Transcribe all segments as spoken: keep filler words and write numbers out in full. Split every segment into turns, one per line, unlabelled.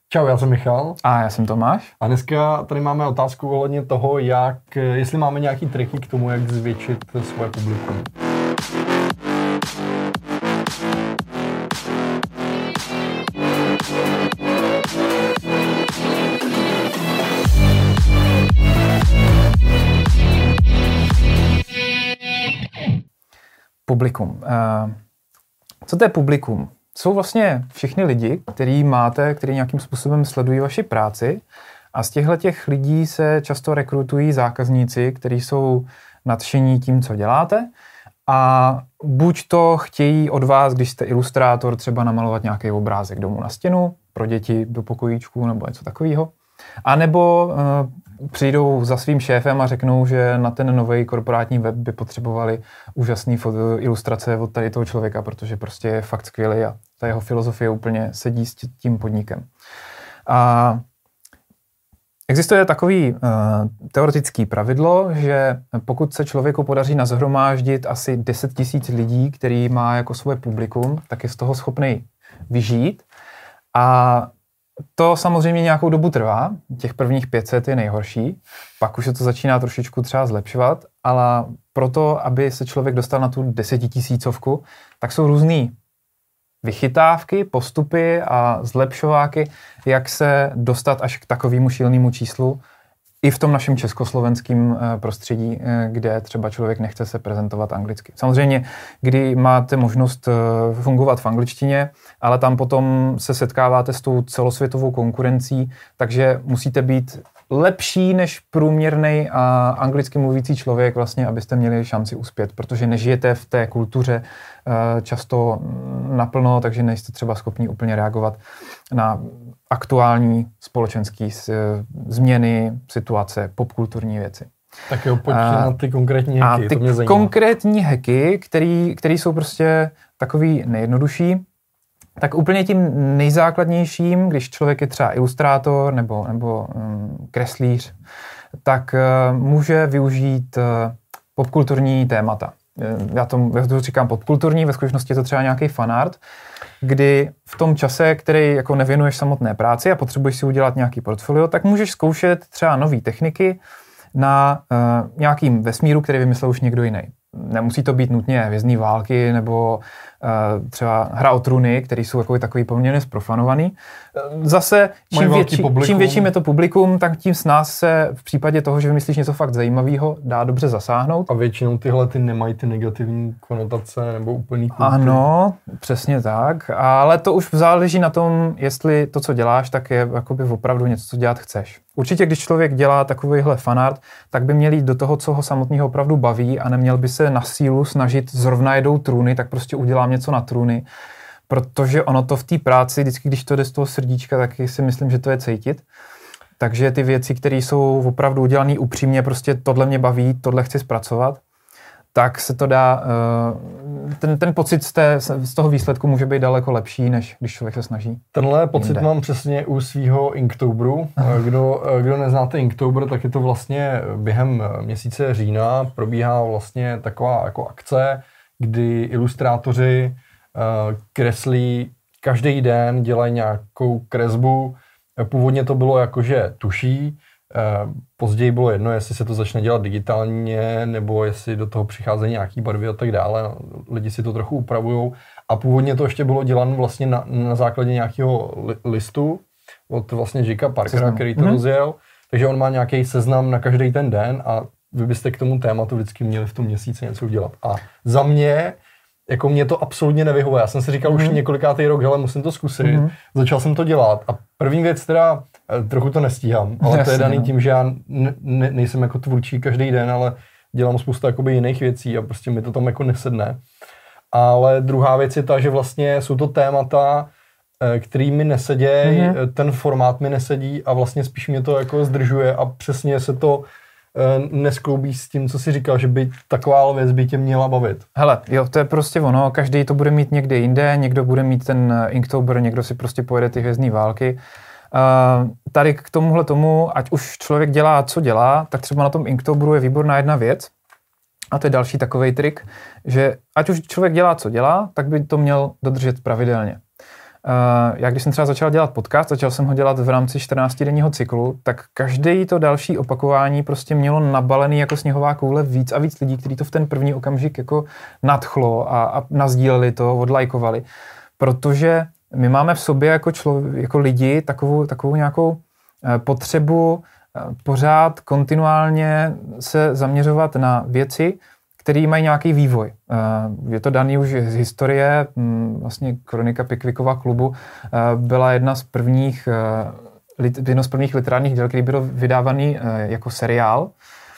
Čau, já jsem Michal.
A já jsem Tomáš.
A dneska tady máme otázku ohledně toho, jak, jestli máme nějaký triky k tomu, jak zvětšit svoje publikum.
Publikum. Co to je publikum? Jsou vlastně všichni lidi, který máte, kteří nějakým způsobem sledují vaši práci, a z těchto těch lidí se často rekrutují zákazníci, kteří jsou nadšení tím, co děláte, a buď to chtějí od vás, když jste ilustrátor, třeba namalovat nějaký obrázek domů na stěnu, pro děti do pokojíčku nebo něco takového, a nebo uh, přijdou za svým šéfem a řeknou, že na ten nový korporátní web by potřebovali úžasný foto, ilustrace od tady toho člověka, protože prostě je fakt skvělý a ta jeho filozofie úplně sedí s tím podnikem. A existuje takový uh, teoretický pravidlo, že pokud se člověku podaří nazhromáždit asi deset tisíc lidí, který má jako svoje publikum, tak je z toho schopný vyžít. A to samozřejmě nějakou dobu trvá, těch prvních pět set je nejhorší, pak už se to začíná trošičku třeba zlepšovat, ale proto, aby se člověk dostal na tu desetitisícovku, tak jsou různý vychytávky, postupy a zlepšováky, jak se dostat až k takovému šílenému číslu i v tom našem československém prostředí, kde třeba člověk nechce se prezentovat anglicky. Samozřejmě, kdy máte možnost fungovat v angličtině, ale tam potom se setkáváte s tou celosvětovou konkurencí, takže musíte být lepší než průměrný a anglicky mluvící člověk, vlastně, abyste měli šanci uspět, protože nežijete v té kultuře často naplno, takže nejste třeba schopni úplně reagovat na aktuální společenské změny, situace, popkulturní věci.
Tak jo, pojď a, na ty konkrétní hacky,
a ty
to mě zajímá.
konkrétní hacky, který, který jsou prostě takový nejjednodušší, tak úplně tím nejzákladnějším, když člověk je třeba ilustrátor nebo, nebo um, kreslíř, tak uh, může využít uh, popkulturní témata. Já to, já to říkám popkulturní, ve skutečnosti je to třeba nějaký fanart, kdy v tom čase, který jako nevěnuješ samotné práci a potřebuješ si udělat nějaký portfolio, tak můžeš zkoušet třeba nové techniky na uh, nějakým vesmíru, který vymyslel už někdo jiný. Nemusí to být nutně Hvězdný války nebo uh, třeba Hra o trůny, který jsou jako takový poměrně zprofanovaný. Zase, čím, větší, čím větším je to publikum, tak tím s nás se v případě toho, že vymyslíš něco fakt zajímavého, dá dobře zasáhnout.
A většinou tyhle ty nemají ty negativní konotace nebo úplný kultury.
Ano, přesně tak, ale to už záleží na tom, jestli to, co děláš, tak je jakoby opravdu něco, co dělat chceš. Určitě, když člověk dělá takovýhle fanart, tak by měl jít do toho, co ho samotného opravdu baví, a neměl by se na sílu snažit zrovna jedou trůny, tak prostě udělám něco na trůny, protože ono to v té práci, vždycky, když to jde z toho srdíčka, tak si myslím, že to je cítit. Takže ty věci, které jsou opravdu udělané upřímně, prostě tohle mě baví, tohle chci zpracovat, tak se to dá, ten, ten pocit z, té, z toho výsledku může být daleko lepší, než když člověk se snaží.
Tenhle pocit jinde. Mám přesně u svýho Inktoberu. Kdo, kdo neznáte Inktober, tak je to vlastně během měsíce října probíhá vlastně taková jako akce, kdy ilustrátoři kreslí každý den, dělají nějakou kresbu. Původně to bylo jakože tuší, později bylo jedno, jestli se to začne dělat digitálně, nebo jestli do toho přicházejí nějaký barvy a tak dále. Lidi si to trochu upravujou. A původně to ještě bylo dělané vlastně na, na základě nějakého li, listu od vlastně Jacka Parkera, seznam, který to mm. rozjel. Takže on má nějaký seznam na každý ten den a vy byste k tomu tématu vždycky měli v tom měsíci něco udělat. A za mě, jako mě to absolutně nevyhovuje. Já jsem si říkal mm. už několikátý rok, hele, musím to zkusit. Mm. Začal jsem to dělat a první věc teda, trochu to nestíhám, ale Jasně, to je daný no. tím, že já ne, ne, nejsem jako tvůrčí každý den, ale dělám spoustu jakoby jiných věcí a prostě mi to tam jako nesedne. Ale druhá věc je ta, že vlastně jsou to témata, který mi nesedějí, mm-hmm. ten formát mi nesedí a vlastně spíš mě to jako zdržuje a přesně se to neskloubí s tím, co jsi říkal, že by taková věc by tě měla bavit.
Hele, jo, to je prostě ono, každý to bude mít někde jinde, někdo bude mít ten Inktober, někdo si prostě pojede ty Hvězdný války. Uh, tady k tomuhle tomu, ať už člověk dělá, co dělá, tak třeba na tom Inktoberu je výborná jedna věc, a to je další takovej trik, že ať už člověk dělá, co dělá, tak by to měl dodržet pravidelně. já když jsem třeba začal dělat podcast, začal jsem ho dělat v rámci čtrnáctidenního cyklu, tak každý to další opakování prostě mělo nabalený jako sněhová koule víc a víc lidí, kteří to v ten první okamžik jako nadchlo a, a nazdíleli to, odlajkovali. Protože my máme v sobě jako, člověk, jako lidi takovou, takovou nějakou potřebu pořád kontinuálně se zaměřovat na věci, které mají nějaký vývoj. Je to daný už z historie, vlastně Kronika Pickwickova klubu byla jedna z prvních, jedno z prvních literárních děl, který byl vydávaný jako seriál.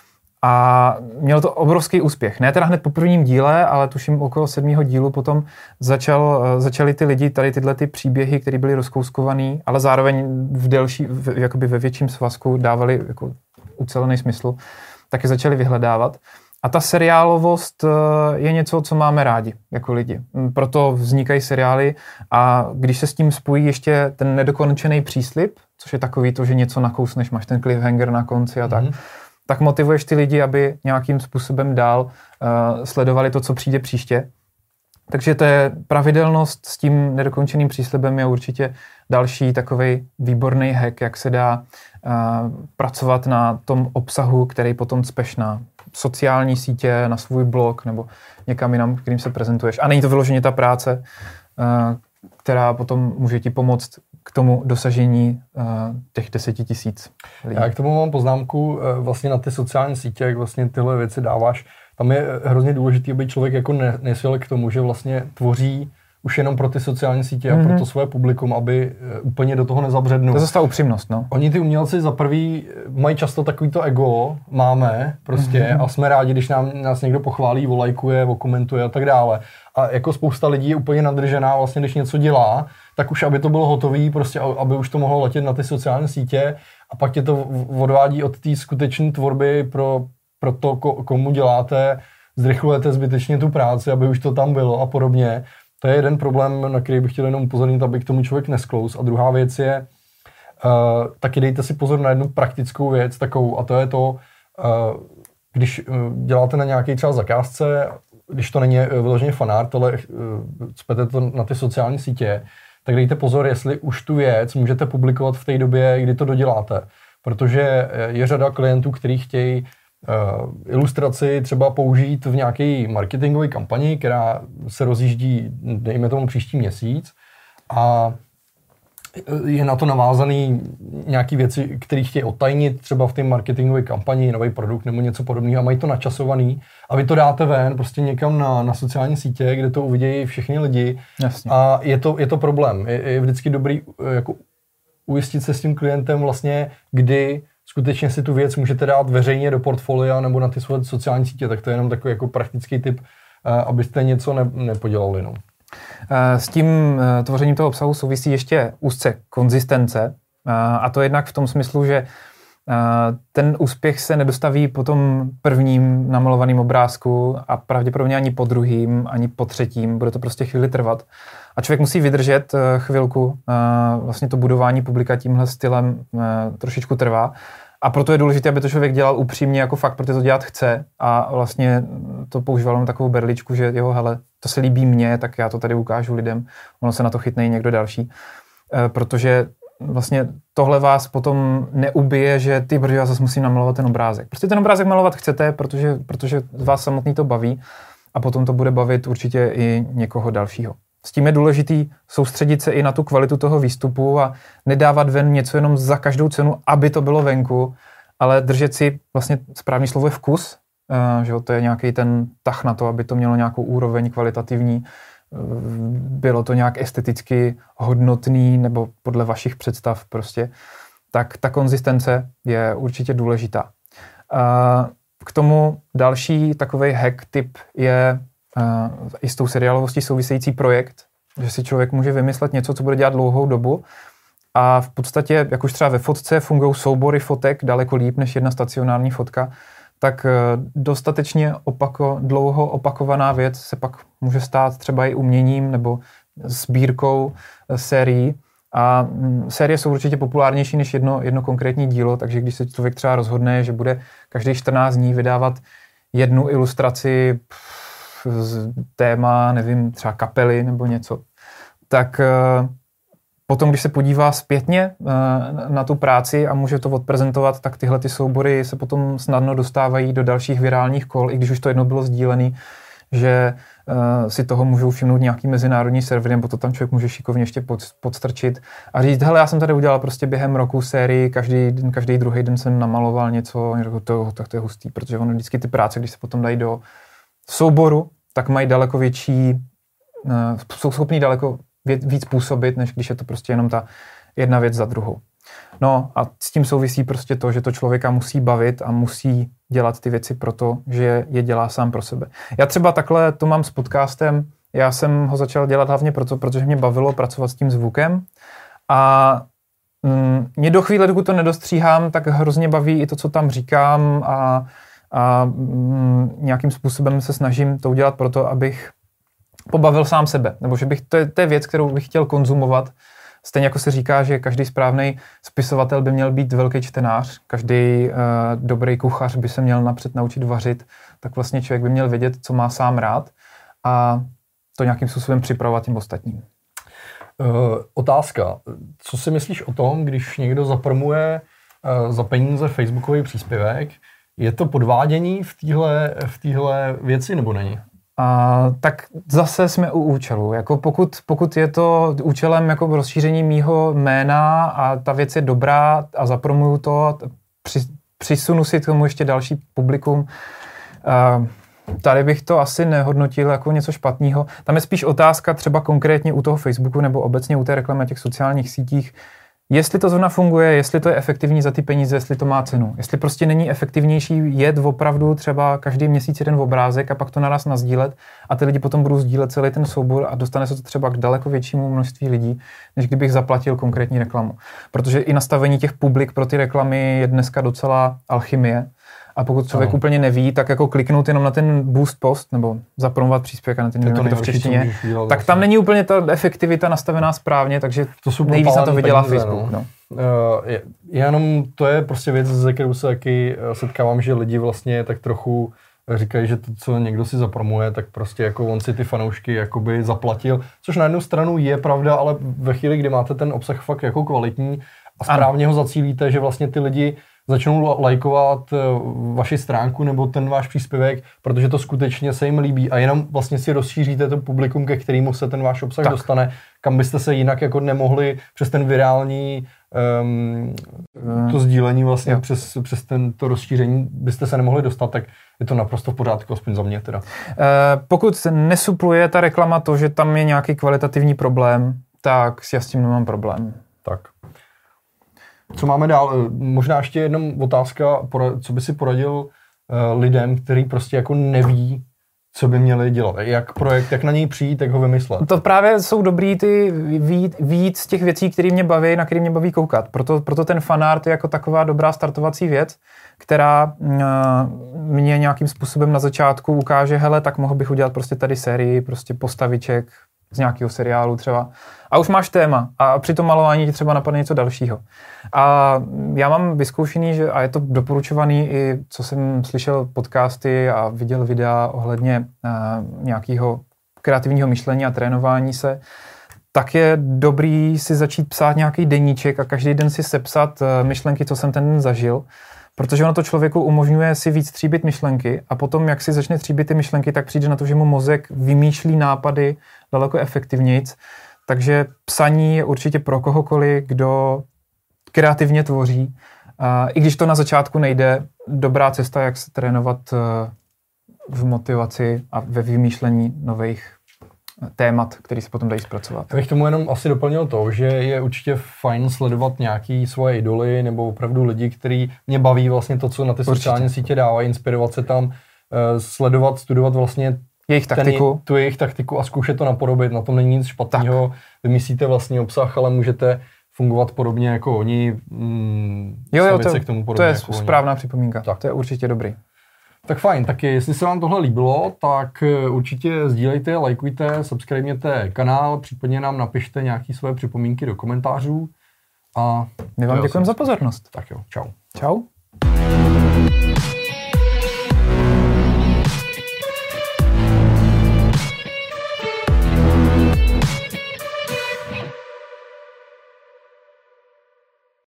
A mělo to obrovský úspěch. Ne teda hned po prvním díle, ale tuším okolo sedmého dílu potom začal, začali ty lidi, tady tyhle ty příběhy, které byly rozkouskovaný, ale zároveň v delší, v, jakoby ve větším svazku dávali jako ucelený smysl, taky začali vyhledávat. A ta seriálovost je něco, co máme rádi jako lidi. Proto vznikají seriály a když se s tím spojí ještě ten nedokončený příslib, což je takový to, že něco nakousneš, máš ten cliffhanger na konci a tak, mm-hmm. tak motivuješ ty lidi, aby nějakým způsobem dál uh, sledovali to, co přijde příště. Takže to je pravidelnost s tím nedokončeným příslibem je určitě další takovej výborný hack, jak se dá uh, pracovat na tom obsahu, který potom cpeš na sociální sítě, na svůj blog nebo někam jinam, kterým se prezentuješ. A není to vyloženě ta práce, uh, která potom může ti pomoct k tomu dosažení uh, těch deseti tisíc lidí.
Já k tomu mám poznámku uh, vlastně na ty sociální sítě, jak vlastně tyhle věci dáváš. Tam je hrozně důležité, aby člověk jako ne, nesvěl k tomu, že vlastně tvoří už jenom pro ty sociální sítě mm-hmm. a pro to svoje publikum, aby uh, úplně do toho nezabřednul.
To je zase ta upřímnost, no.
Oni ty umělci za prvý mají často takovýto ego, máme prostě mm-hmm. a jsme rádi, když nám, nás někdo pochválí, volajkuje, okomentuje a tak dále. A jako spousta lidí je úplně nadržená vlastně, když něco dělá, tak už aby to bylo hotový, prostě aby už to mohlo letět na ty sociální sítě a pak tě to odvádí od té skutečné tvorby pro, pro to, komu děláte, zrychlujete zbytečně tu práci, aby už to tam bylo a podobně. To je jeden problém, na který bych chtěl jenom upozornit, aby k tomu člověk nesklous. A druhá věc je, uh, taky dejte si pozor na jednu praktickou věc takovou, a to je to, uh, když uh, děláte na nějaké třeba zakázce, když to není vyloženě fanart, ale uh, cpete to na ty sociální sítě, tak dejte pozor, jestli už tu věc můžete publikovat v té době, kdy to doděláte. Protože je řada klientů, kteří chtějí uh, ilustraci třeba použít v nějaké marketingové kampani, která se rozjíždí, dejme tomu, příští měsíc a je na to navázaný nějaký věci, které chtějí otajnit třeba v té marketingové kampani, nový produkt nebo něco podobného a mají to načasovaný a vy to dáte ven prostě někam na, na sociální sítě, kde to uvidějí všichni lidi. Jasně. A je to, je to problém. Je, je vždycky dobrý jako ujistit se s tím klientem vlastně, kdy skutečně si tu věc můžete dát veřejně do portfolia nebo na ty svoje sociální sítě, tak to je jenom takový jako praktický tip, abyste něco ne, nepodělali. No.
S tím tvořením toho obsahu souvisí ještě úzce konzistence a to jednak v tom smyslu, že ten úspěch se nedostaví po tom prvním namalovaném obrázku a pravděpodobně ani po druhým, ani po třetím, bude to prostě chvíli trvat. A člověk musí vydržet chvilku, vlastně to budování publika tímhle stylem trošičku trvá. A proto je důležité, aby to člověk dělal upřímně, jako fakt, protože to dělat chce a vlastně to používal jen takovou berličku, že jo, hele, to se líbí mně, tak já to tady ukážu lidem, ono se na to chytne i někdo další. E, protože vlastně tohle vás potom neubije, že ty brzo, já zase musím namalovat ten obrázek. Prostě ten obrázek malovat chcete, protože, protože vás samotný to baví a potom to bude bavit určitě i někoho dalšího. S tím je důležitý soustředit se i na tu kvalitu toho výstupu a nedávat ven něco jenom za každou cenu, aby to bylo venku, ale držet si, vlastně správný slovo je vkus, uh, že jo, to je nějaký ten tah na to, aby to mělo nějakou úroveň kvalitativní, uh, bylo to nějak esteticky hodnotný nebo podle vašich představ prostě, tak ta konzistence je určitě důležitá. Uh, k tomu další takovej hack tip je Uh, i s tou seriálovostí související projekt, že si člověk může vymyslet něco, co bude dělat dlouhou dobu a v podstatě, jak už třeba ve fotce fungují soubory fotek daleko líp než jedna stacionární fotka, tak uh, dostatečně opako, dlouho opakovaná věc se pak může stát třeba i uměním nebo sbírkou uh, sérií a um, série jsou určitě populárnější než jedno, jedno konkrétní dílo, takže když se člověk třeba rozhodne, že bude každých čtrnáct dní vydávat jednu ilustraci z téma, nevím, třeba kapely nebo něco, tak potom, když se podívá zpětně na tu práci a může to odprezentovat, tak tyhle ty soubory se potom snadno dostávají do dalších virálních kol, i když už to jedno bylo sdílené, že uh, si toho můžou všimnout nějaký mezinárodní servery, nebo to tam člověk může šikovně ještě pod, podstrčit a říct, hele, já jsem tady udělal prostě během roku sérii, každý, každý druhý den jsem namaloval něco, to, tak to je hustý, protože ono vždycky ty práce, když se potom dají do souboru, tak mají daleko větší, uh, jsou schopní daleko víc působit, než když je to prostě jenom ta jedna věc za druhou. No a s tím souvisí prostě to, že to člověka musí bavit a musí dělat ty věci proto, že je dělá sám pro sebe. Já třeba takhle to mám s podcastem, já jsem ho začal dělat hlavně proto, protože mě bavilo pracovat s tím zvukem a mm, mě do chvíle, dokud to nedostříhám, tak hrozně baví i to, co tam říkám a, a mm, nějakým způsobem se snažím to udělat proto, abych pobavil sám sebe, nebo že bych, to je, to je věc, kterou bych chtěl konzumovat. Stejně jako se říká, že každý správný spisovatel by měl být velký čtenář, každý uh, dobrý kuchař by se měl napřed naučit vařit, tak vlastně člověk by měl vědět, co má sám rád a to nějakým způsobem připravovat tím ostatním.
Uh, otázka. Co si myslíš o tom, když někdo zapromuje uh, za peníze facebookový příspěvek? Je to podvádění v téhle v téhle věci nebo není?
A, tak zase jsme u účelu. Jako pokud, pokud je to účelem jako rozšíření mýho jména a ta věc je dobrá a zapromuju to, při, přisunu si k tomu ještě další publikum, a, tady bych to asi nehodnotil jako něco špatného. Tam je spíš otázka třeba konkrétně u toho Facebooku nebo obecně u té reklamy na těch sociálních sítích, jestli to zrovna funguje, jestli to je efektivní za ty peníze, jestli to má cenu. Jestli prostě není efektivnější jet opravdu třeba každý měsíc jeden obrázek a pak to naraz nasdílet a ty lidi potom budou sdílet celý ten soubor a dostane se to třeba k daleko většímu množství lidí, než kdybych zaplatil konkrétní reklamu. Protože i nastavení těch publik pro ty reklamy je dneska docela alchymie. A pokud člověk ano. úplně neví, tak jako kliknout jenom na ten boost post nebo zapromovat příspěvek a na ten to, to v češtině, tak vlastně. Tam není úplně ta efektivita nastavená správně, takže to nejvíc na to vydělá peníze, Facebook. No.
No. Uh, je, jenom to je prostě věc, ze kterou se taky setkávám, že lidi vlastně tak trochu říkají, že to, co někdo si zapromuje, tak prostě jako on si ty fanoušky jakoby zaplatil, což na jednu stranu je pravda, ale ve chvíli, kdy máte ten obsah fakt jako kvalitní a správně ano. ho zacílíte, že vlastně ty lidi začnou lajkovat vaši stránku nebo ten váš příspěvek, protože to skutečně se jim líbí a jenom vlastně si rozšíříte to publikum, ke kterému se ten váš obsah tak. dostane, kam byste se jinak jako nemohli přes ten virální um, to sdílení vlastně přes, přes ten, to rozšíření byste se nemohli dostat, tak je to naprosto v pořádku, aspoň za mě teda. Uh,
pokud nesupluje ta reklama to, že tam je nějaký kvalitativní problém, tak já s tím nemám problém.
Tak. Co máme dál? Možná ještě jenom otázka, co by si poradil lidem, kteří prostě jako neví, co by měli dělat. Jak projekt, jak na něj přijít, jak ho vymyslet.
To právě jsou dobrý ty víc, víc z těch věcí, které mě baví, na které mě baví koukat. Proto, proto ten fanart je jako taková dobrá startovací věc, která mě nějakým způsobem na začátku ukáže, hele, tak mohl bych udělat prostě tady sérii, prostě postaviček z nějakého seriálu třeba. A už máš téma a při tom malování ti třeba napadne něco dalšího. A já mám vyzkoušený, že, a je to doporučovaný i, co jsem slyšel podcasty a viděl videa ohledně uh, nějakého kreativního myšlení a trénování se, tak je dobrý si začít psát nějaký deníček a každý den si sepsat uh, myšlenky, co jsem ten den zažil, protože ono to člověku umožňuje si víc tříbit myšlenky a potom, jak si začne tříbit ty myšlenky, tak přijde na to, že mu mozek vymýšlí nápady daleko efektivnějc. Takže psaní je určitě pro kohokoliv, kdo kreativně tvoří. I když to na začátku nejde, dobrá cesta, jak se trénovat v motivaci a ve vymýšlení nových témat, který se potom dají zpracovat.
Já bych tomu jenom asi doplnil to, že je určitě fajn sledovat nějaký svoje idoly nebo opravdu lidi, kteří mě baví vlastně to, co na ty sociální sítě dávají, inspirovat se tam, sledovat, studovat vlastně
jejich taktiku.
Ten, tu jejich taktiku a zkoušet to napodobit. Na tom není nic špatného. Vymyslíte vlastní obsah, ale můžete fungovat podobně jako oni. Mm,
jo, jo, to,
se k tomu
to je
jako
správná oni. Připomínka.
Tak.
To je určitě dobrý.
Tak fajn, tak jestli se vám tohle líbilo, tak určitě sdílejte, lajkujte, subscribněte kanál, případně nám napište nějaké své připomínky do komentářů. A
my vám děkujeme za pozornost.
Tak jo, čau.
Čau.